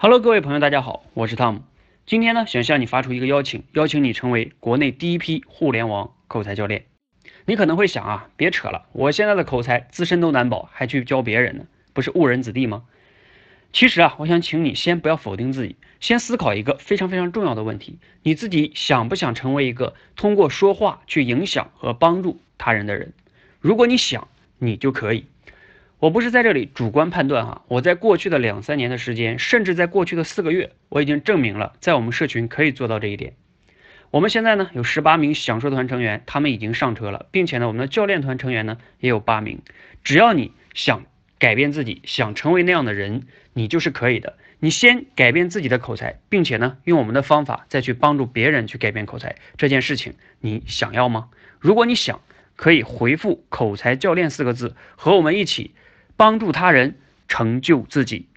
Hello，各位朋友，大家好，我是汤姆。今天呢，想向你发出一个邀请，邀请你成为国内第一批互联网口才教练。你可能会想啊，别扯了，我现在的口才自身都难保，还去教别人呢，不是误人子弟吗？其实啊，我想请你先不要否定自己，先思考一个非常非常重要的问题：你自己想不想成为一个通过说话去影响和帮助他人的人？如果你想，你就可以。我不是在这里主观判断哈，我在过去的2、3年的时间，甚至在过去的4个月，我已经证明了在我们社群可以做到这一点。我们现在呢有18名享受团成员，他们已经上车了，并且呢我们的教练团成员呢也有8名。只要你想改变自己，想成为那样的人，你就是可以的。你先改变自己的口才，并且呢用我们的方法再去帮助别人去改变口才，这件事情你想要吗？如果你想，可以回复口才教练4个字，和我们一起帮助他人，成就自己。